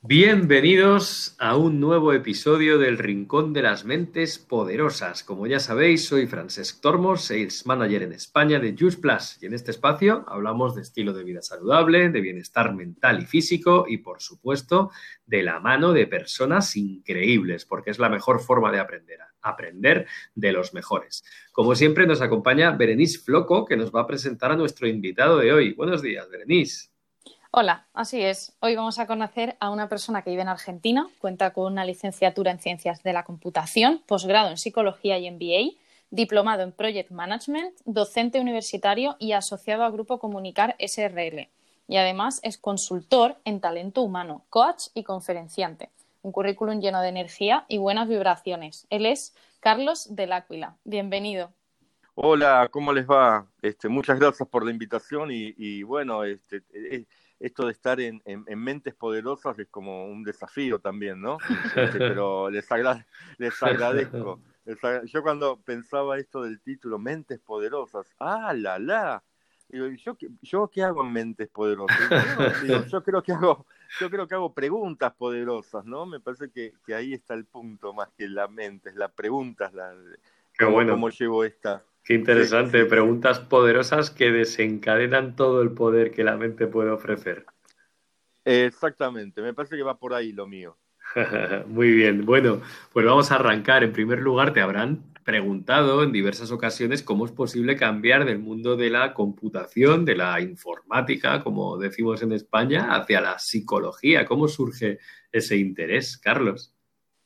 Bienvenidos a un nuevo episodio del Rincón de las Mentes Poderosas. Como ya sabéis, soy Francesc Tormos, Sales Manager en España de Just Plus, y en este espacio hablamos de estilo de vida saludable, de bienestar mental y físico y, por supuesto, de la mano de personas increíbles, porque es la mejor forma de aprender de los mejores. Como siempre, nos acompaña Berenice Floco, que nos va a presentar a nuestro invitado de hoy. Buenos días, Berenice. Hola, así es. Hoy vamos a conocer a una persona que vive en Argentina, cuenta con una licenciatura en Ciencias de la Computación, posgrado en Psicología y MBA, diplomado en Project Management, docente universitario y asociado al Grupo Comunicar SRL. Y además es consultor en talento humano, coach y conferenciante. Un currículum lleno de energía y buenas vibraciones. Él es Carlos del Áquila. Bienvenido. Hola, ¿cómo les va? Muchas gracias por la invitación bueno, esto de estar en Mentes Poderosas es como un desafío también, ¿no? Pero les agradezco. Yo cuando pensaba esto del título, Mentes Poderosas, ¡ah, la! Digo, ¿yo qué hago en Mentes Poderosas? Yo creo que hago preguntas poderosas, ¿no? Me parece que ahí está el punto, más que la mente, es la pregunta, Qué cómo bueno. llevo esta. Qué interesante, Sí. preguntas poderosas que desencadenan todo el poder que la mente puede ofrecer. Exactamente, me parece que va por ahí lo mío. Muy bien, bueno, pues vamos a arrancar. En primer lugar, te habrán preguntado en diversas ocasiones cómo es posible cambiar del mundo de la computación, de la informática, como decimos en España, hacia la psicología. ¿Cómo surge ese interés, Carlos?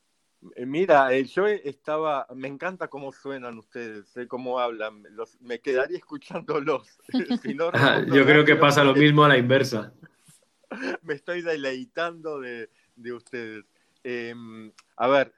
Mira, me encanta cómo suenan ustedes, cómo hablan, me quedaría escuchándolos, si no respondo Yo creo que rápido pasa lo porque mismo a la inversa. me estoy deleitando de ustedes. Eh, a ver,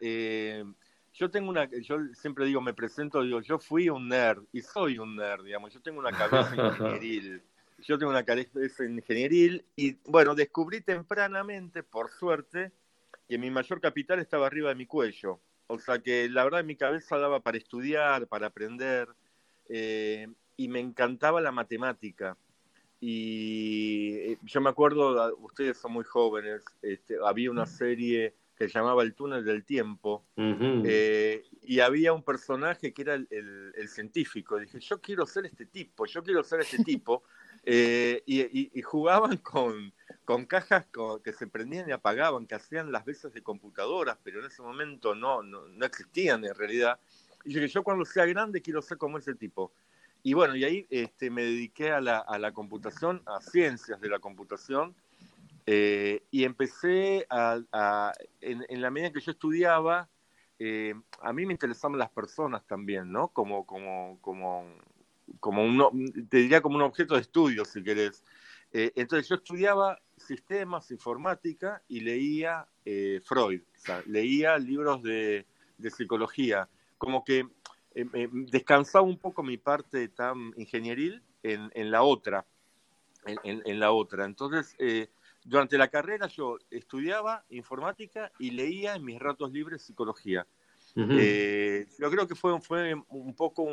yo siempre digo, me presento, digo, yo fui un nerd y soy un nerd, digamos, yo tengo una cabeza ingenieril. Yo tengo una cabeza ingenieril y, bueno, descubrí tempranamente, por suerte, que mi mayor capital estaba arriba de mi cuello. O sea que la verdad mi cabeza daba para estudiar, para aprender, y me encantaba la matemática. Y yo me acuerdo, ustedes son muy jóvenes, había una serie que se llamaba El túnel del tiempo, Ujú. y había un personaje que era el científico. Dije, yo quiero ser este tipo. Y jugaban con cajas que se prendían y apagaban, que hacían las veces de computadoras, pero en ese momento no existían en realidad. Y dije, yo cuando sea grande quiero ser como ese tipo. Y bueno, y ahí me dediqué a la computación, a ciencias de la computación, y empecé en la medida que yo estudiaba, a mí me interesaban las personas también, ¿no? Te diría como un objeto de estudio, si querés. Entonces yo estudiaba sistemas, informática y leía Freud, o sea, leía libros de psicología, como que descansaba un poco mi parte tan ingenieril en la otra, en la otra. Entonces, durante la carrera yo estudiaba informática y leía en mis ratos libres psicología. Ujú. Yo creo que fue un poco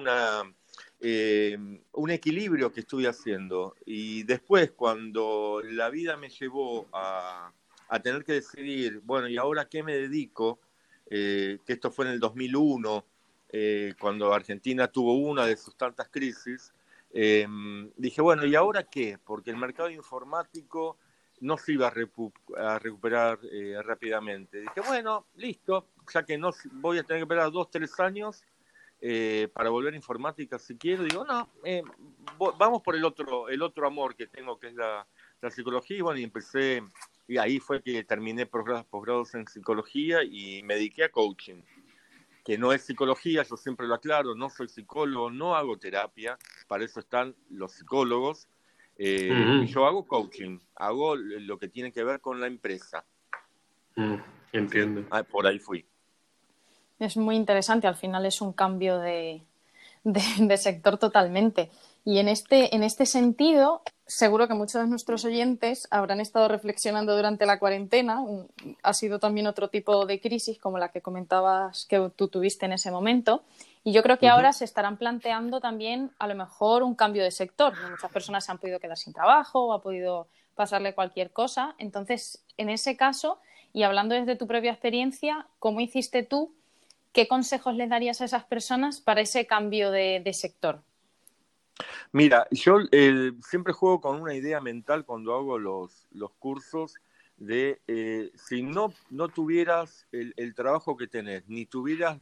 un equilibrio que estuve haciendo. Y después, cuando la vida me llevó a tener que decidir, bueno, ¿y ahora qué me dedico? Que esto fue en el 2001, cuando Argentina tuvo una de sus tantas crisis. Dije, bueno, ¿y ahora qué? Porque el mercado informático no se iba a recuperar rápidamente. Dije, bueno, listo, ya que no voy a tener que esperar 2, 3 años para volver a informática si quiero, digo, no, vamos por el otro amor que tengo, que es la psicología, y bueno, y empecé, y ahí fue que terminé posgrados en psicología y me dediqué a coaching, que no es psicología, yo siempre lo aclaro, no soy psicólogo, no hago terapia, para eso están los psicólogos, y Ujú. yo hago coaching, hago lo que tiene que ver con la empresa. Sí, Entiendo. por ahí fui. Es muy interesante, al final es un cambio de sector totalmente. Y en este sentido, seguro que muchos de nuestros oyentes habrán estado reflexionando durante la cuarentena. Ha sido también otro tipo de crisis como la que comentabas que tú tuviste en ese momento. Y yo creo que Ujú. ahora se estarán planteando también a lo mejor un cambio de sector. Muchas personas se han podido quedar sin trabajo o ha podido pasarle cualquier cosa. Entonces, en ese caso, Y hablando desde tu propia experiencia, ¿cómo hiciste tú? ¿Qué consejos les darías a esas personas para ese cambio de sector? Mira, yo siempre juego con una idea mental cuando hago los cursos de si no tuvieras el trabajo que tenés, ni tuvieras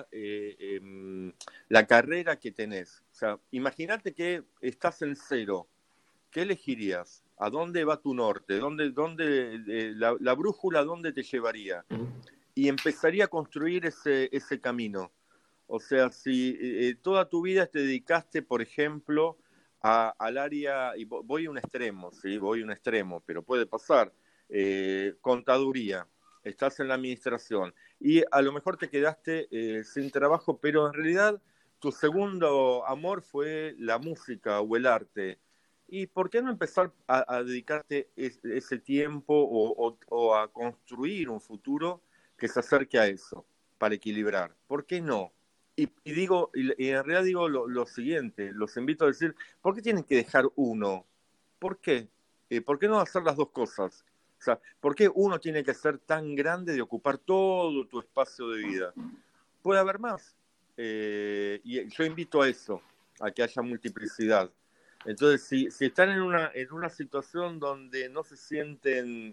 la carrera que tenés. O sea, imagínate que estás en cero. ¿Qué elegirías? ¿A dónde va tu norte? La brújula, ¿dónde te llevaría? Y empezaría a construir ese camino. O sea, si toda tu vida te dedicaste, por ejemplo, al área, y voy a un extremo, ¿sí? Voy a un extremo, pero puede pasar, contaduría, estás en la administración, y a lo mejor te quedaste sin trabajo, pero en realidad tu segundo amor fue la música o el arte. ¿Y por qué no empezar a dedicarte ese tiempo o a construir un futuro que se acerque a eso, para equilibrar? ¿Por qué no? Y en realidad digo lo siguiente, los invito a decir, ¿por qué tienen que dejar uno? ¿Por qué? ¿Por qué no hacer las dos cosas? O sea, ¿por qué uno tiene que ser tan grande de ocupar todo tu espacio de vida? Puede haber más. Y yo invito a eso, a que haya multiplicidad. Entonces, si están en una situación donde no se sienten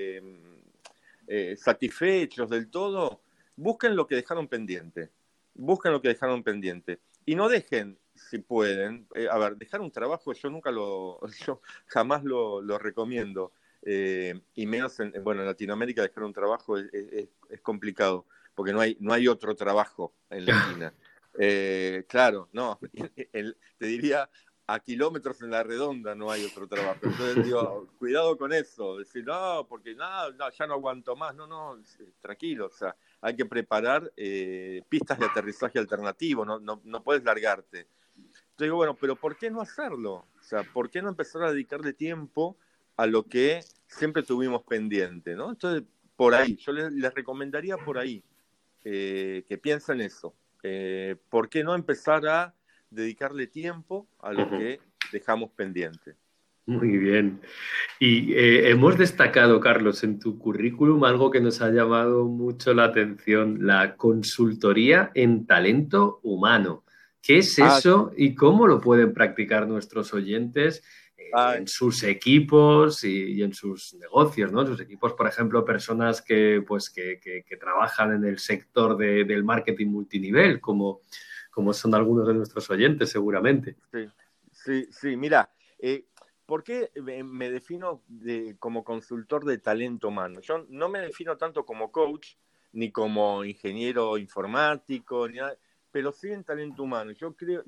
satisfechos del todo, busquen lo que dejaron pendiente. Busquen lo que dejaron pendiente. Y no dejen, si pueden, a ver, dejar un trabajo yo jamás lo recomiendo. Y menos en Latinoamérica dejar un trabajo es complicado, porque no hay otro trabajo en la esquina. Claro, no, te diría, a kilómetros en la redonda no hay otro trabajo. Entonces digo, cuidado con eso, decir, no, porque no, ya no aguanto más, no, tranquilo, o sea, hay que preparar pistas de aterrizaje alternativo, no puedes largarte. Entonces digo, bueno, pero ¿por qué no hacerlo? O sea, ¿por qué no empezar a dedicarle tiempo a lo que siempre tuvimos pendiente, ¿no? Entonces, por ahí, yo les recomendaría por ahí, que piensen eso. ¿Por qué no empezar a dedicarle tiempo a lo que dejamos pendiente? Muy bien. Y hemos destacado, Carlos, en tu currículum algo que nos ha llamado mucho la atención, la consultoría en talento humano. ¿Qué es eso y cómo lo pueden practicar nuestros oyentes en sus equipos y en sus negocios, ¿no? En sus equipos, por ejemplo, personas que trabajan en el sector del marketing multinivel, como son algunos de nuestros oyentes, seguramente. Sí, mira, ¿por qué me defino como consultor de talento humano? Yo no me defino tanto como coach, ni como ingeniero informático, ni nada, pero sí en talento humano. Yo creo,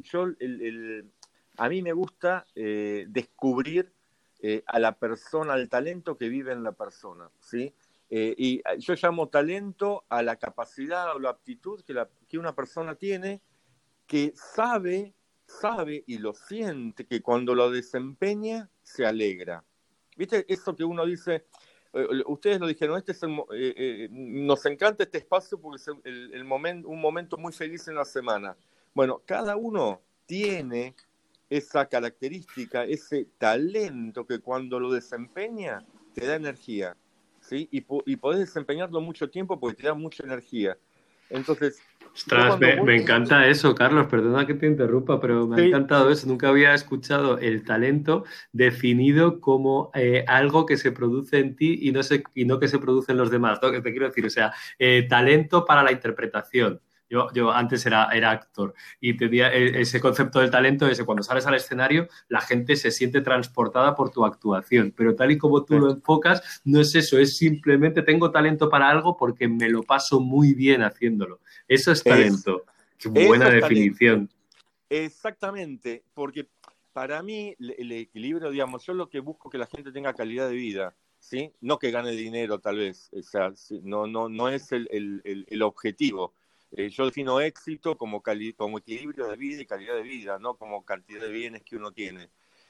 a mí me gusta descubrir a la persona, al talento que vive en la persona, ¿sí? Y yo llamo talento a la capacidad o la aptitud que una persona tiene, que sabe y lo siente, que cuando lo desempeña se alegra. ¿Viste eso que uno dice? Ustedes lo dijeron, nos encanta este espacio porque es un momento muy feliz en la semana. Bueno, cada uno tiene esa característica, ese talento que cuando lo desempeña te da energía, ¿sí? Y podés desempeñarlo mucho tiempo porque te da mucha energía. Entonces, Ostras, me encanta eso, Carlos, perdona que te interrumpa, pero me ha encantado eso. Nunca había escuchado el talento definido como algo que se produce en ti y no que se produce en los demás, ¿no? Que te quiero decir, o sea, talento para la interpretación. Yo antes era actor y tenía ese concepto del talento, cuando sales al escenario, la gente se siente transportada por tu actuación, pero tal y como tú lo enfocas, no es eso, es simplemente tengo talento para algo porque me lo paso muy bien haciéndolo. Eso es talento. Qué buena definición. Exactamente, porque para mí el equilibrio, digamos, yo lo que busco es que la gente tenga calidad de vida, ¿sí? No que gane dinero, tal vez, o sea, no es el objetivo. Yo defino éxito como equilibrio de vida y calidad de vida, no como cantidad de bienes que uno tiene.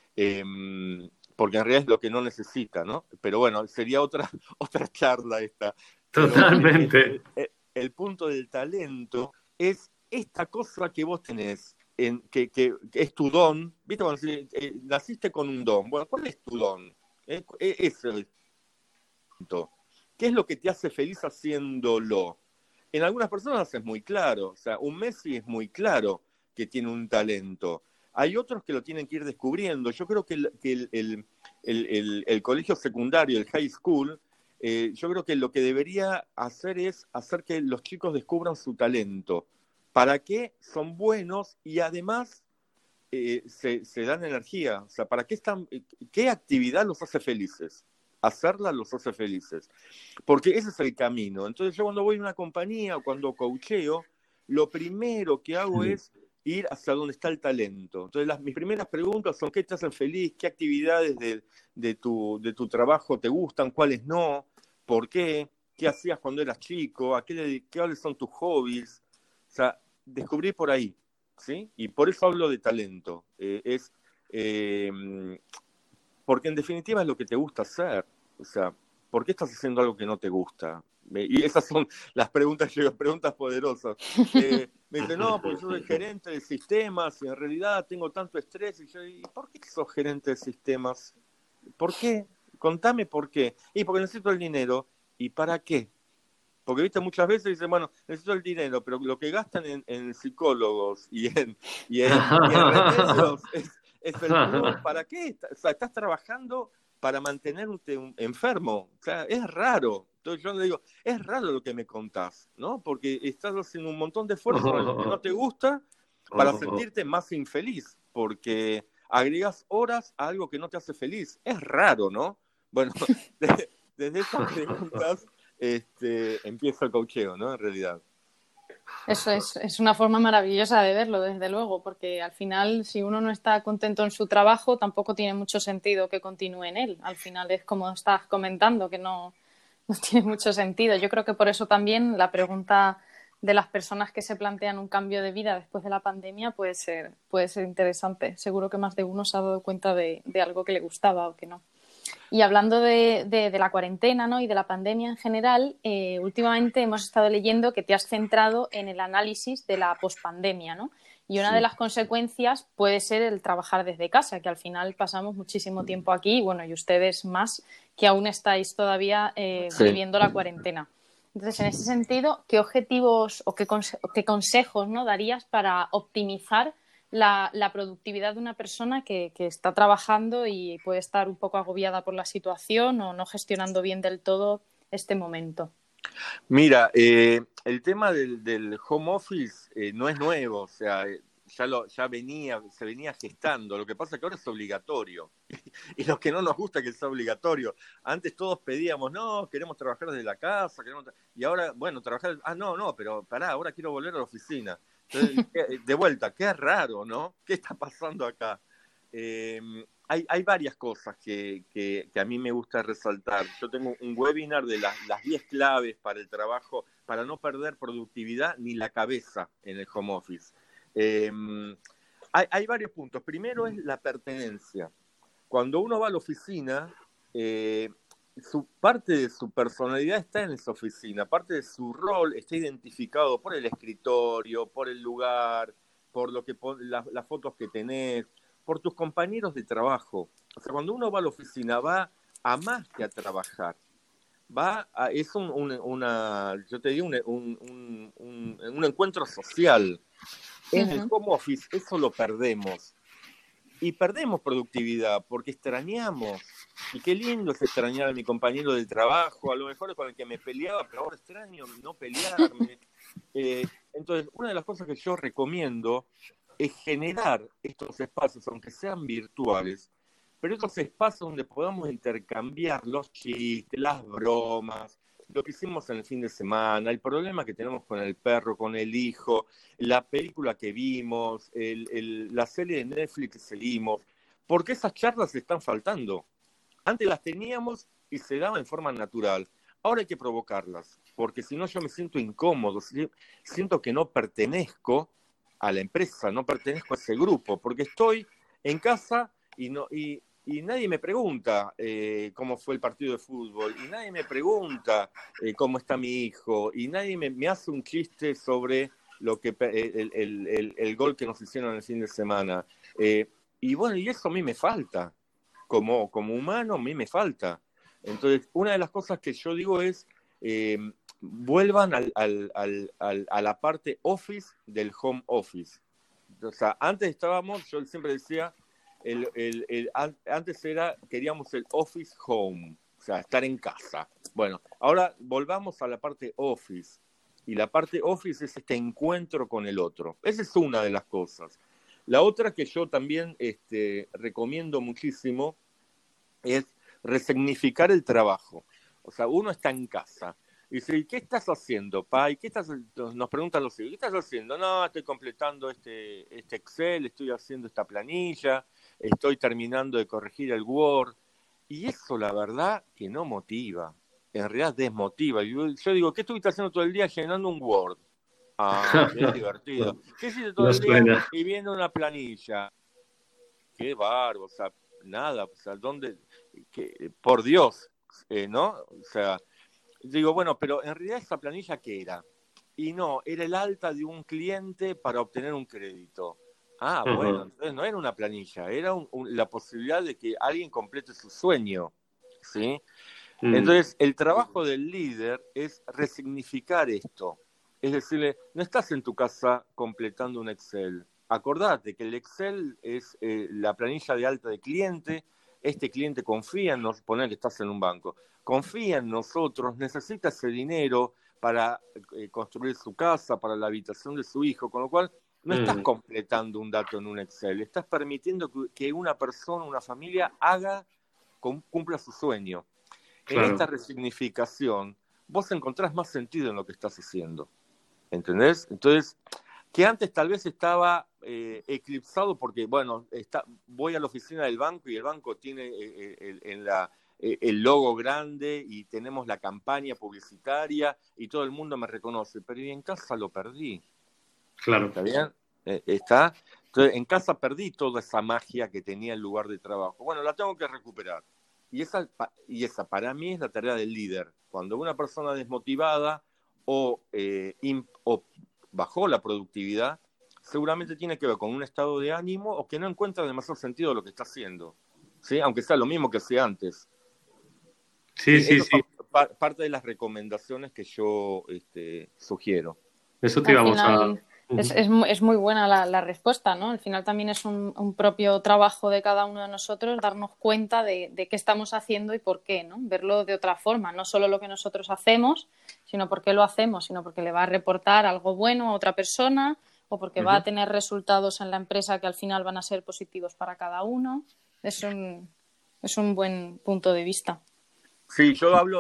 Porque en realidad es lo que no necesita, ¿no? Pero bueno, sería otra charla esta. Totalmente. El punto del talento es esta cosa que vos tenés, que es tu don. ¿Viste cuando naciste con un don? Bueno, ¿cuál es tu don? Ese es el punto. ¿Qué es lo que te hace feliz haciéndolo? En algunas personas es muy claro, o sea, un Messi es muy claro que tiene un talento. Hay otros que lo tienen que ir descubriendo. Yo creo que el colegio secundario, el high school, yo creo que lo que debería hacer es hacer que los chicos descubran su talento. ¿Para qué son buenos? Y además se dan energía. O sea, ¿para qué están? ¿Qué actividad los hace felices? Hacerla los hace felices. Porque ese es el camino. Entonces yo cuando voy a una compañía o cuando coacheo, lo primero que hago es ir hacia donde está el talento. Entonces mis primeras preguntas son: ¿qué te hacen feliz? ¿Qué actividades de tu trabajo te gustan? ¿Cuáles no? ¿Por qué? ¿Qué hacías cuando eras chico? ¿Cuáles son tus hobbies? O sea, descubrí por ahí, ¿sí? Y por eso hablo de talento. Porque en definitiva es lo que te gusta hacer. O sea, ¿por qué estás haciendo algo que no te gusta? Y esas son las preguntas poderosas. Me dice, no, porque yo soy gerente de sistemas y en realidad tengo tanto estrés. Y yo, ¿y por qué sos gerente de sistemas? ¿Por qué? Contame por qué. Y porque necesito el dinero. ¿Y para qué? Porque, viste, muchas veces dicen, bueno, necesito el dinero, pero lo que gastan en psicólogos y en remedios es el plus. ¿Para qué? O sea, estás trabajando para mantenerte enfermo. O sea, es raro. Entonces yo le digo, es raro lo que me contás, ¿no? Porque estás haciendo un montón de esfuerzo en algo que no te gusta para sentirte más infeliz, porque agregas horas a algo que no te hace feliz. Es raro, ¿no? Bueno, desde esas preguntas empieza el coacheo, ¿no? En realidad. Eso es una forma maravillosa de verlo, desde luego, porque al final, si uno no está contento en su trabajo, tampoco tiene mucho sentido que continúe en él. Al final es como estás comentando, que no tiene mucho sentido. Yo creo que por eso también la pregunta de las personas que se plantean un cambio de vida después de la pandemia puede ser interesante. Seguro que más de uno se ha dado cuenta de algo que le gustaba o que no. Y hablando de la cuarentena, ¿no? Y de la pandemia en general, últimamente hemos estado leyendo que te has centrado en el análisis de la pospandemia, ¿no? Y una de las consecuencias puede ser el trabajar desde casa, que al final pasamos muchísimo tiempo aquí, bueno, y ustedes más, que aún estáis todavía viviendo la cuarentena. Entonces, en ese sentido, ¿qué objetivos o qué consejos, ¿no? darías para optimizar la productividad de una persona que está trabajando y puede estar un poco agobiada por la situación o no gestionando bien del todo este momento? Mira, el tema del home office no es nuevo, o sea, se venía gestando. Lo que pasa es que ahora es obligatorio. Y lo que no nos gusta es que sea obligatorio. Antes todos pedíamos, no, queremos trabajar desde la casa, y ahora, bueno, trabajar, no, pero pará, ahora quiero volver a la oficina. Entonces, de vuelta, qué raro, ¿no? ¿Qué está pasando acá? Hay varias cosas que a mí me gusta resaltar. Yo tengo un webinar de las 10 claves para el trabajo, para no perder productividad ni la cabeza en el home office. Hay varios puntos. Primero es la pertenencia. Cuando uno va a la oficina, parte de su personalidad está en esa oficina, parte de su rol está identificado por el escritorio, por el lugar, por las fotos que tenés, por tus compañeros de trabajo. O sea, cuando uno va a la oficina, va a más que a trabajar. Yo te digo, un encuentro social. En el home office eso lo perdemos. Y perdemos productividad porque extrañamos. Y qué lindo es extrañar a mi compañero de trabajo, a lo mejor es con el que me peleaba, pero ahora extraño no pelearme. Entonces, una de las cosas que yo recomiendo es generar estos espacios, aunque sean virtuales, pero estos espacios donde podamos intercambiar los chistes, las bromas, lo que hicimos en el fin de semana, el problema que tenemos con el perro, con el hijo, la película que vimos, la serie de Netflix que seguimos, porque esas charlas están faltando. Antes las teníamos y se daban en forma natural. Ahora hay que provocarlas, porque si no yo me siento incómodo, siento que no pertenezco a la empresa, no pertenezco a ese grupo, porque estoy en casa y nadie me pregunta cómo fue el partido de fútbol, y nadie me pregunta cómo está mi hijo, y nadie me hace un chiste sobre el gol que nos hicieron el fin de semana. Y bueno, y eso a mí me falta. Como humano, a mí me falta. Entonces, una de las cosas que yo digo es, vuelvan a la parte office del home office. O sea, antes estábamos, yo siempre decía, antes queríamos el office home, o sea, estar en casa. Bueno, ahora volvamos a la parte office. Y la parte office es este encuentro con el otro. Esa es una de las cosas. La otra que yo también recomiendo muchísimo es resignificar el trabajo. O sea, uno está en casa y dice, ¿y qué estás haciendo, pa? ¿Y nos preguntan los hijos, ¿qué estás haciendo? No, estoy completando este Excel, estoy haciendo esta planilla, estoy terminando de corregir el Word. Y eso, la verdad, que no motiva. En realidad desmotiva. Yo digo, ¿qué estuviste haciendo todo el día llenando un Word? Ah, qué divertido. ¿Qué hiciste todo No el día suena. escribiendo una planilla? Qué bárbaro, o sea, nada, o sea, ¿dónde? Por Dios, ¿no? O sea, digo, bueno, pero en realidad esa planilla, ¿qué era? Y no, era el alta de un cliente para obtener un crédito. Ah, bueno, entonces no era una planilla, era la posibilidad de que alguien complete su sueño, ¿sí? Entonces, el trabajo del líder es resignificar esto. Es decirle, no estás en tu casa completando un Excel. Acordate que el Excel es la planilla de alta de cliente. Este cliente confía en nosotros, poner que estás en un banco, confía en nosotros, necesita ese dinero para construir su casa, para la habitación de su hijo, con lo cual no estás completando un dato en un Excel, estás permitiendo que una persona, una familia cumpla su sueño. En esta Claro. resignificación, vos encontrás más sentido en lo que estás haciendo. ¿Entendés? Entonces, que antes tal vez estaba eclipsado porque, bueno, voy a la oficina del banco y el banco tiene el logo grande y tenemos la campaña publicitaria y todo el mundo me reconoce, pero en casa lo perdí. Claro. ¿Está bien? Está. Entonces, en casa perdí toda esa magia que tenía el lugar de trabajo. Bueno, la tengo que recuperar. Y esa para mí es la tarea del líder. Cuando una persona desmotivada o bajó la productividad, seguramente tiene que ver con un estado de ánimo o que no encuentra demasiado sentido de lo que está haciendo, ¿sí? Aunque sea lo mismo que hacía antes. Sí, ¿Sí? sí, Esas sí. son parte de las recomendaciones que yo sugiero. Eso te Al íbamos a... final es muy buena la respuesta, ¿no? Al final también es un propio trabajo de cada uno de nosotros darnos cuenta de qué estamos haciendo y por qué, ¿no? Verlo de otra forma, no solo lo que nosotros hacemos, sino por qué lo hacemos, sino porque le va a reportar algo bueno a otra persona o porque va a tener resultados en la empresa que al final van a ser positivos para cada uno. Es un buen punto de vista. Sí, yo hablo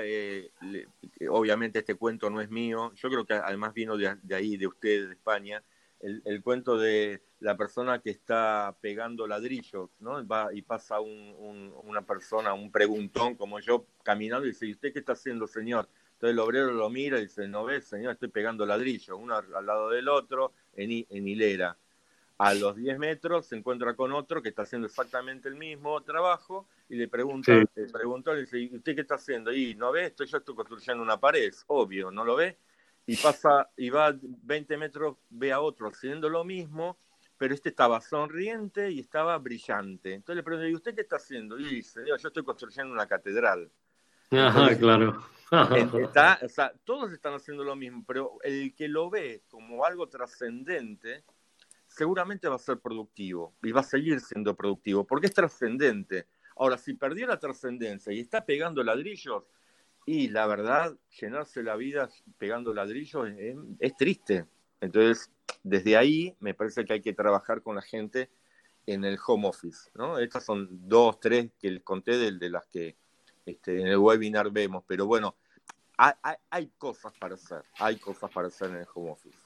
obviamente este cuento no es mío, yo creo que además vino de ahí, de ustedes, de España, el cuento de la persona que está pegando ladrillos, ¿no? Va y pasa una persona, un preguntón como yo, caminando y dice, ¿y usted qué está haciendo, señor? Entonces el obrero lo mira y dice, ¿no ves, señor? Estoy pegando ladrillos, uno al lado del otro, en hilera. A los 10 metros se encuentra con otro que está haciendo exactamente el mismo trabajo y le Sí. preguntó, le dice, ¿y usted qué está haciendo? Y no ve, yo estoy construyendo una pared, obvio, ¿no lo ve? Y pasa, y va 20 metros, ve a otro haciendo lo mismo, pero este estaba sonriente y estaba brillante. Entonces le pregunto, ¿y usted qué está haciendo? Y dice, yo estoy construyendo una catedral. Ajá, Entonces, claro. o sea, todos están haciendo lo mismo, pero el que lo ve como algo trascendente, seguramente va a ser productivo y va a seguir siendo productivo porque es trascendente. Ahora, si perdió la trascendencia y está pegando ladrillos, y la verdad, llenarse la vida pegando ladrillos es triste. Entonces, desde ahí me parece que hay que trabajar con la gente en el home office, ¿no? Estas son 2, 3 que les conté de las que en el webinar vemos, pero bueno, hay cosas para hacer, en el home office.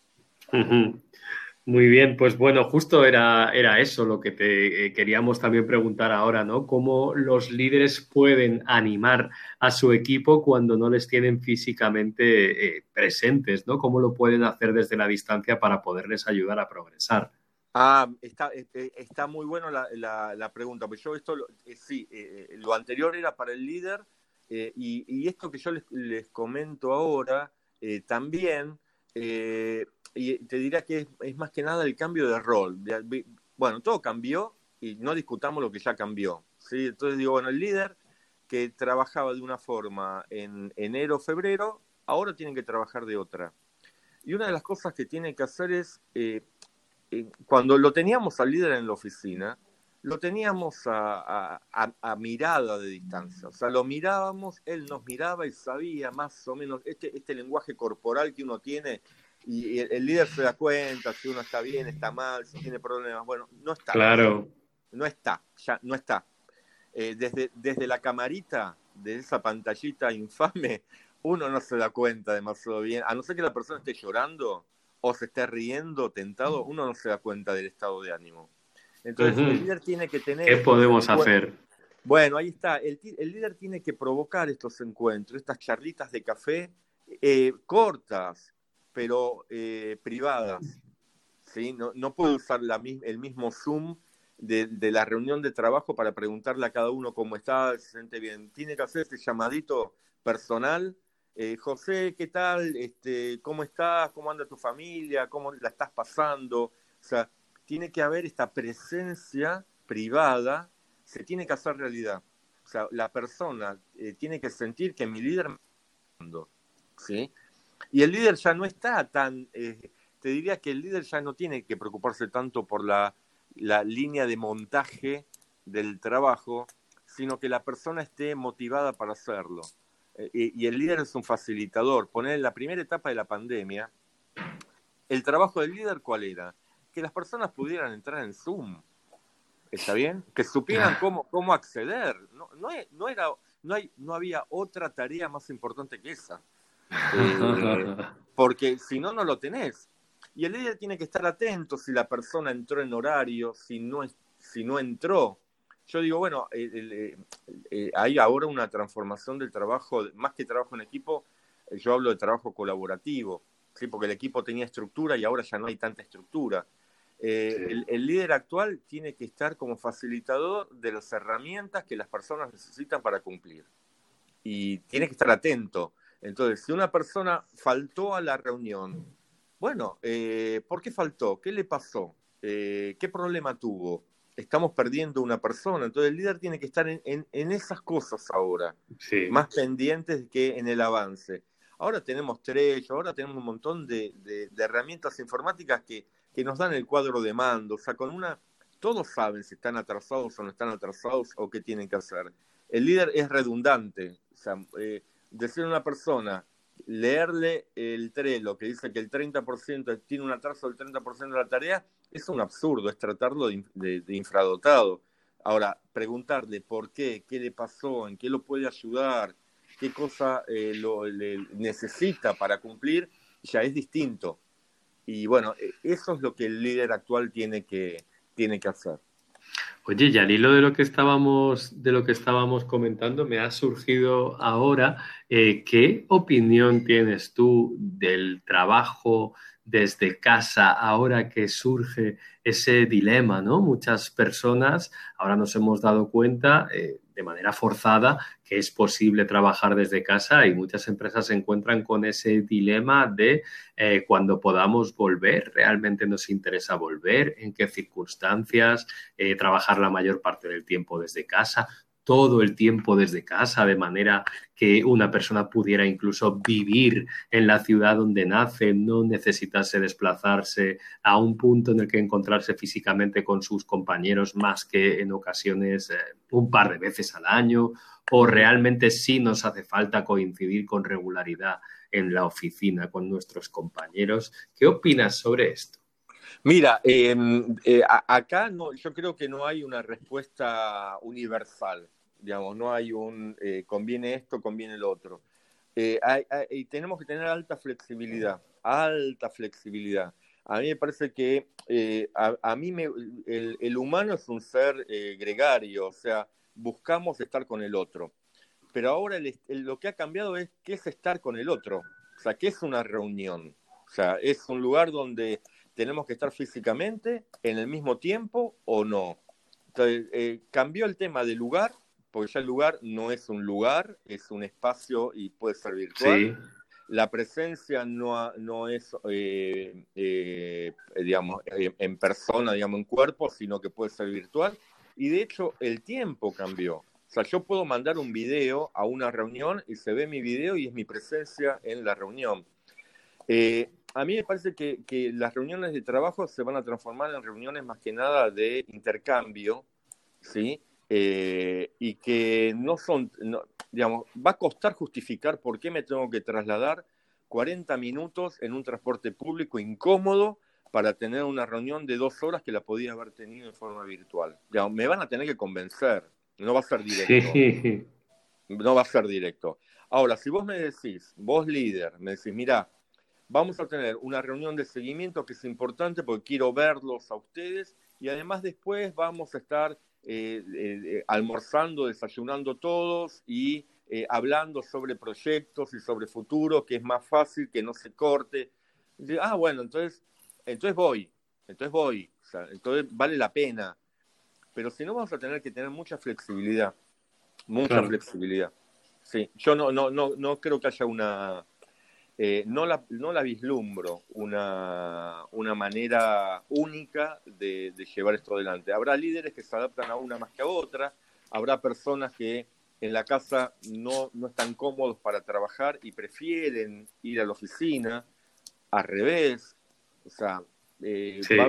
Muy bien, pues bueno, justo era eso lo que te queríamos también preguntar ahora, ¿no? ¿Cómo los líderes pueden animar a su equipo cuando no les tienen físicamente presentes, ¿no? ¿Cómo lo pueden hacer desde la distancia para poderles ayudar a progresar? Está muy bueno la pregunta, pues yo sí, lo anterior era para el líder y esto que yo les comento ahora también, y te diría que es más que nada el cambio de rol. Bueno, todo cambió y no discutamos lo que ya cambió, ¿sí? Entonces digo, bueno, el líder que trabajaba de una forma en enero, febrero, ahora tienen que trabajar de otra. Y una de las cosas que tienen que hacer es, cuando lo teníamos al líder en la oficina, lo teníamos a mirada de distancia. O sea, lo mirábamos, él nos miraba y sabía más o menos este lenguaje corporal que uno tiene, y el líder se da cuenta si uno está bien, está mal, si tiene problemas. Bueno, no está. Claro. Ya no está. Desde la camarita, de esa pantallita infame, uno no se da cuenta demasiado bien, a no ser que la persona esté llorando o se esté riendo, tentado, uno no se da cuenta del estado de ánimo. Entonces, el líder tiene que tener... ¿Qué podemos hacer? Bueno, ahí está. El líder tiene que provocar estos encuentros, estas charlitas de café cortas, pero privadas. ¿Sí? No puede usar el mismo Zoom de la reunión de trabajo para preguntarle a cada uno cómo está, se siente bien. Tiene que hacer ese llamadito personal. José, ¿qué tal? ¿Cómo estás? ¿Cómo anda tu familia? ¿Cómo la estás pasando? O sea, tiene que haber esta presencia privada, se tiene que hacer realidad. O sea, la persona tiene que sentir que mi líder me está dando, ¿sí? Y el líder ya no está tan... te diría que el líder ya no tiene que preocuparse tanto por la línea de montaje del trabajo, sino que la persona esté motivada para hacerlo. Y el líder es un facilitador. Poner en la primera etapa de la pandemia, el trabajo del líder, ¿cuál era? Que las personas pudieran entrar en Zoom. ¿Está bien? Que supieran cómo acceder. No había otra tarea más importante que esa. Porque si no, no lo tenés. Y el líder tiene que estar atento si la persona entró en horario, si no entró. Yo digo, bueno, hay ahora una transformación del trabajo, más que trabajo en equipo, yo hablo de trabajo colaborativo, ¿sí? Porque el equipo tenía estructura y ahora ya no hay tanta estructura. Sí. El líder actual tiene que estar como facilitador de las herramientas que las personas necesitan para cumplir. Y tiene que estar atento. Entonces, si una persona faltó a la reunión, bueno, ¿por qué faltó? ¿Qué le pasó? ¿Qué problema tuvo? Estamos perdiendo una persona. Entonces el líder tiene que estar en esas cosas ahora, Sí. más pendientes que en el avance. Ahora tenemos Trello, ahora tenemos un montón de herramientas informáticas que nos dan el cuadro de mando. O sea, todos saben si están atrasados o no están atrasados o qué tienen que hacer. El líder es redundante. O sea, decirle a una persona, leerle el Trello que dice que el 30% tiene un atraso del 30% de la tarea, es un absurdo, es tratarlo de infradotado. Ahora, preguntarle por qué le pasó, en qué lo puede ayudar, qué cosa le necesita para cumplir, ya es distinto. Y bueno, eso es lo que el líder actual tiene que hacer. Oye, y al hilo de lo que estábamos comentando, me ha surgido ahora, ¿qué opinión tienes tú del trabajo desde casa ahora que surge ese dilema, ¿no? Muchas personas ahora nos hemos dado cuenta, de manera forzada, que es posible trabajar desde casa, y muchas empresas se encuentran con ese dilema de cuando podamos volver, ¿realmente nos interesa volver? ¿En qué circunstancias? Trabajar la mayor parte del tiempo desde casa, todo el tiempo desde casa, de manera que una persona pudiera incluso vivir en la ciudad donde nace, no necesitase desplazarse a un punto en el que encontrarse físicamente con sus compañeros más que en ocasiones un par de veces al año, o realmente sí nos hace falta coincidir con regularidad en la oficina con nuestros compañeros. ¿Qué opinas sobre esto? Mira, acá yo creo que no hay una respuesta universal, digamos, no hay conviene esto, conviene el otro. Y tenemos que tener alta flexibilidad. A mí me parece que el humano es un ser gregario, o sea, buscamos estar con el otro. Pero ahora lo que ha cambiado es qué es estar con el otro, o sea, qué es una reunión. O sea, es un lugar donde tenemos que estar físicamente en el mismo tiempo o no. Entonces, cambió el tema del lugar, porque ya el lugar no es un lugar, es un espacio y puede ser virtual. Sí. La presencia no es, digamos, en persona, digamos, en cuerpo, sino que puede ser virtual. Y de hecho, el tiempo cambió. O sea, yo puedo mandar un video a una reunión y se ve mi video y es mi presencia en la reunión. A mí me parece que las reuniones de trabajo se van a transformar en reuniones más que nada de intercambio, ¿sí? Y que no son, digamos, va a costar justificar por qué me tengo que trasladar 40 minutos en un transporte público incómodo para tener una reunión de 2 horas que la podía haber tenido en forma virtual. Digamos, me van a tener que convencer, no va a ser directo. Sí. No va a ser directo. Ahora, si vos me decís, vos líder, me decís, mira, vamos a tener una reunión de seguimiento que es importante porque quiero verlos a ustedes y además después vamos a estar almorzando, desayunando todos y hablando sobre proyectos y sobre futuro, que es más fácil, que no se corte. Bueno, entonces voy. O sea, entonces vale la pena. Pero si no, vamos a tener que tener mucha flexibilidad. Mucha flexibilidad. Sí, yo no creo que haya una... no la vislumbro una manera única de llevar esto adelante. Habrá líderes que se adaptan a una más que a otra, habrá personas que en la casa no están cómodos para trabajar y prefieren ir a la oficina, al revés. O sea, va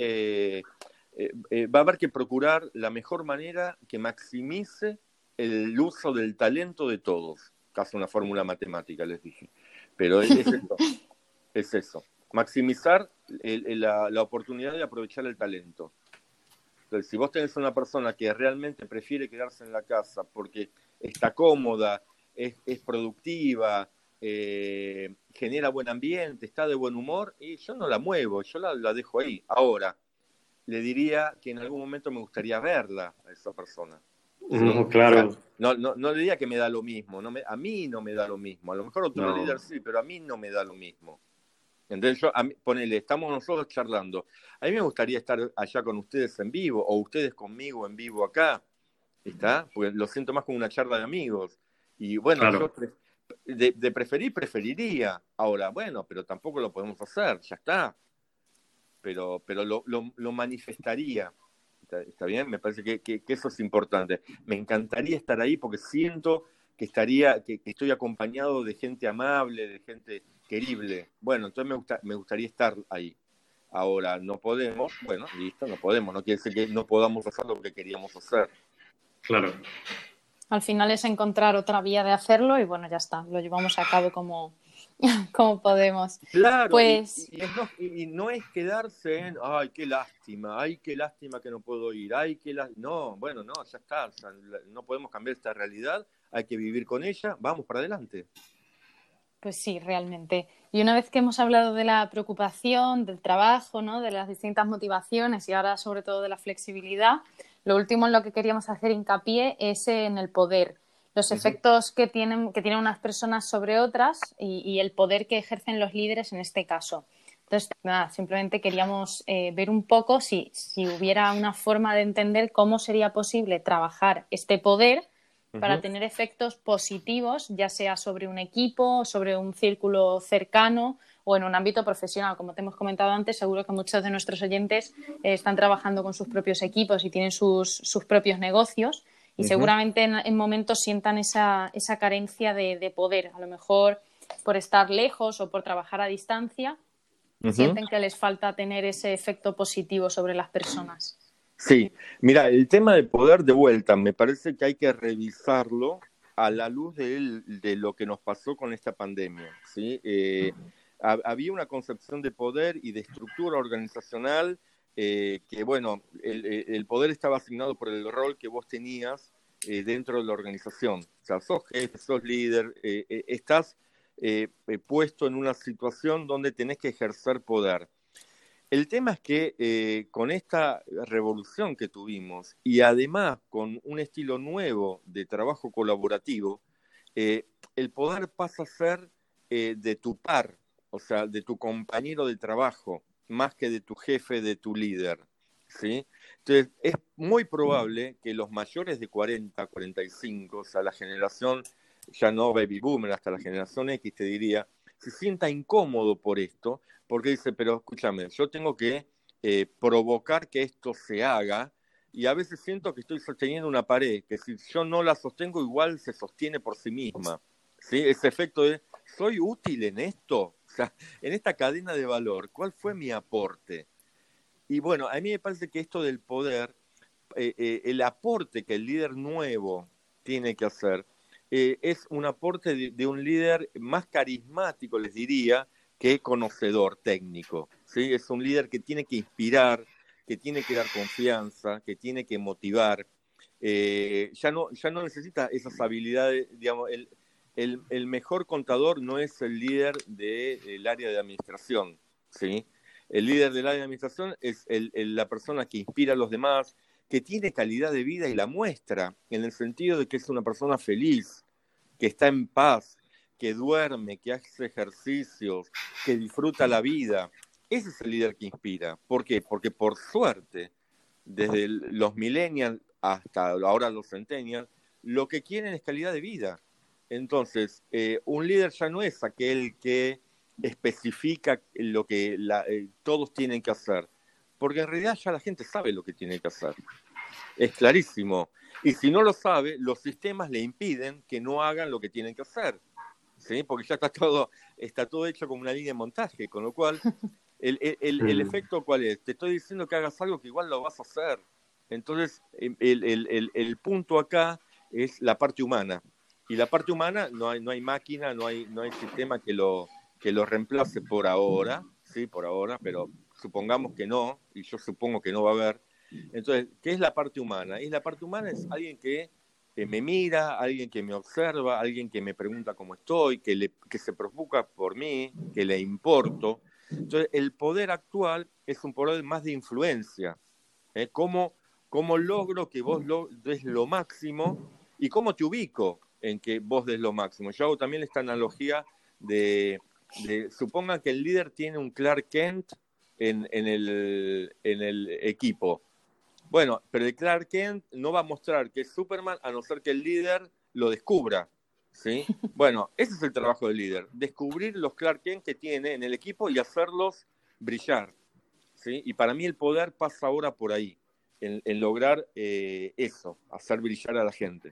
a haber que procurar la mejor manera que maximice el uso del talento de todos. Casi una fórmula matemática, les dije. Pero es eso. Maximizar la oportunidad de aprovechar el talento. Entonces, si vos tenés una persona que realmente prefiere quedarse en la casa porque está cómoda, es productiva, genera buen ambiente, está de buen humor, y yo no la muevo, yo la dejo ahí. Ahora, le diría que en algún momento me gustaría verla a esa persona. ¿Sí? Claro. O sea, no le diría que me da lo mismo, a mí no me da lo mismo, a lo mejor otro líder sí, pero a mí no me da lo mismo. Entonces ponele, estamos nosotros charlando, a mí me gustaría estar allá con ustedes en vivo, o ustedes conmigo en vivo acá, ¿está? Porque lo siento más como una charla de amigos, y bueno, yo de preferiría, ahora, bueno, pero tampoco lo podemos hacer, ya está, pero lo manifestaría. ¿Está bien? Me parece que eso es importante. Me encantaría estar ahí porque siento que estoy acompañado de gente amable, de gente querible. Bueno, entonces me gustaría estar ahí. Ahora, no podemos, bueno, listo, no podemos. No quiere decir que no podamos hacer lo que queríamos hacer. Claro. Al final es encontrar otra vía de hacerlo y bueno, ya está, lo llevamos a cabo como podemos. Claro, Pues... y no es quedarse en, ay, qué lástima que no puedo ir, no, bueno, no, ya está, o sea, no podemos cambiar esta realidad, hay que vivir con ella, vamos para adelante. Pues sí, realmente. Y una vez que hemos hablado de la preocupación, del trabajo, ¿no? De las distintas motivaciones y ahora sobre todo de la flexibilidad, lo último en lo que queríamos hacer hincapié es en el poder, los efectos que tienen unas personas sobre otras y el poder que ejercen los líderes en este caso. Entonces, nada, simplemente queríamos ver un poco si hubiera una forma de entender cómo sería posible trabajar este poder para tener efectos positivos, ya sea sobre un equipo, sobre un círculo cercano o en un ámbito profesional. Como te hemos comentado antes, seguro que muchos de nuestros oyentes están trabajando con sus propios equipos y tienen sus propios negocios y seguramente en momentos sientan esa carencia de poder. A lo mejor por estar lejos o por trabajar a distancia, sienten que les falta tener ese efecto positivo sobre las personas. Sí, mira, el tema de poder de vuelta, me parece que hay que revisarlo a la luz de lo que nos pasó con esta pandemia, ¿sí? Había una concepción de poder y de estructura organizacional que, bueno, el poder estaba asignado por el rol que vos tenías dentro de la organización. O sea, sos jefe, sos líder, estás puesto en una situación donde tenés que ejercer poder. El tema es que con esta revolución que tuvimos y además con un estilo nuevo de trabajo colaborativo, el poder pasa a ser de tu par, o sea, de tu compañero de trabajo, más que de tu jefe, de tu líder, ¿sí? Entonces, es muy probable que los mayores de 40, 45, o sea, la generación, ya no baby boomer, hasta la generación X, te diría, se sienta incómodo por esto, porque dice, pero escúchame, yo tengo que provocar que esto se haga y a veces siento que estoy sosteniendo una pared, que si yo no la sostengo igual se sostiene por sí misma, ¿sí? Ese efecto de, ¿soy útil en esto? O sea, en esta cadena de valor, ¿cuál fue mi aporte? Y bueno, a mí me parece que esto del poder, el aporte que el líder nuevo tiene que hacer, es un aporte de un líder más carismático, les diría, que conocedor técnico, ¿sí? Es un líder que tiene que inspirar, que tiene que dar confianza, que tiene que motivar. Ya no necesita esas habilidades, digamos, el mejor contador no es el líder del área de administración, ¿sí? El líder del área de administración es la persona que inspira a los demás, que tiene calidad de vida y la muestra, en el sentido de que es una persona feliz, que está en paz, que duerme, que hace ejercicios, que disfruta la vida. Ese es el líder que inspira. ¿Por qué? Porque por suerte, desde los millennials hasta ahora los centennials, lo que quieren es calidad de vida. Entonces, un líder ya no es aquel que especifica lo que todos tienen que hacer, porque en realidad ya la gente sabe lo que tiene que hacer. Es clarísimo. Y si no lo sabe, los sistemas le impiden que no hagan lo que tienen que hacer, ¿sí? Porque ya está todo hecho como una línea de montaje, con lo cual, el efecto, ¿cuál es? Te estoy diciendo que hagas algo que igual lo vas a hacer. Entonces, el punto acá es la parte humana. Y la parte humana, no hay máquina, no hay sistema que lo reemplace por ahora, sí, por ahora, pero supongamos que no, y yo supongo que no va a haber. Entonces, ¿qué es la parte humana? Y la parte humana es alguien que me mira, alguien que me observa, alguien que me pregunta cómo estoy, que se preocupa por mí, que le importo. Entonces, el poder actual es un poder más de influencia. ¿Cómo logro que vos des lo máximo y cómo te ubico en que vos des lo máximo? Yo hago también esta analogía de supongan que el líder tiene un Clark Kent en el equipo. Bueno, pero el Clark Kent no va a mostrar que es Superman a no ser que el líder lo descubra, ¿sí? Bueno, ese es el trabajo del líder, descubrir los Clark Kent que tiene en el equipo y hacerlos brillar, ¿sí? Y para mí el poder pasa ahora por ahí, en lograr eso, hacer brillar a la gente.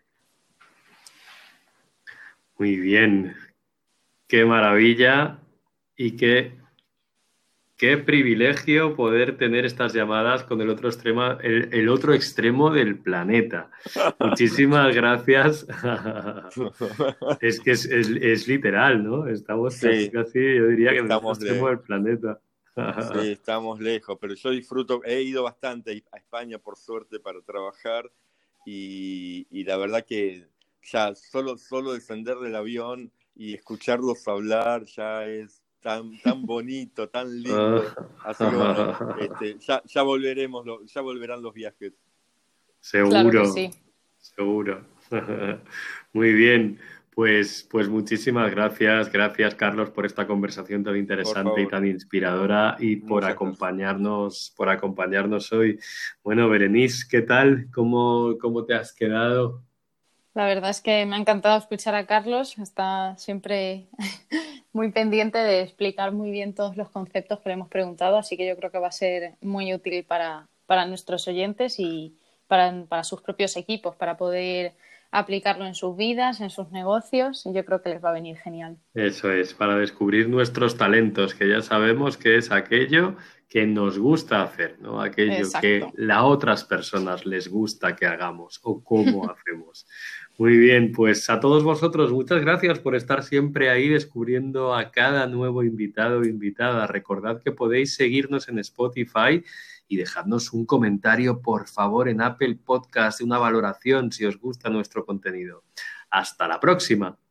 Muy bien, qué maravilla y qué privilegio poder tener estas llamadas con el otro extremo del planeta. Muchísimas gracias. Es que es literal, ¿no? Estamos casi, yo diría que en el otro extremo del planeta. Sí, estamos lejos, pero yo disfruto, he ido bastante a España por suerte para trabajar y la verdad que ya solo descender del avión y escucharlos hablar ya es tan bonito, tan lindo. Así que bueno, ya volverán los viajes. Seguro, claro que sí. Seguro. Muy bien. Pues muchísimas gracias. Gracias, Carlos, por esta conversación tan interesante y tan inspiradora y por acompañarnos hoy. Bueno, Berenice, ¿qué tal? ¿Cómo te has quedado? La verdad es que me ha encantado escuchar a Carlos. Está siempre muy pendiente de explicar muy bien todos los conceptos que le hemos preguntado, así que yo creo que va a ser muy útil para nuestros oyentes y para sus propios equipos, para poder aplicarlo en sus vidas, en sus negocios, y yo creo que les va a venir genial. Eso es, para descubrir nuestros talentos, que ya sabemos que es aquello que nos gusta hacer, ¿no? Aquello que a otras personas les gusta que hagamos o cómo hacemos. Muy bien, pues a todos vosotros muchas gracias por estar siempre ahí descubriendo a cada nuevo invitado o invitada. Recordad que podéis seguirnos en Spotify y dejadnos un comentario, por favor, en Apple Podcast, una valoración si os gusta nuestro contenido. Hasta la próxima.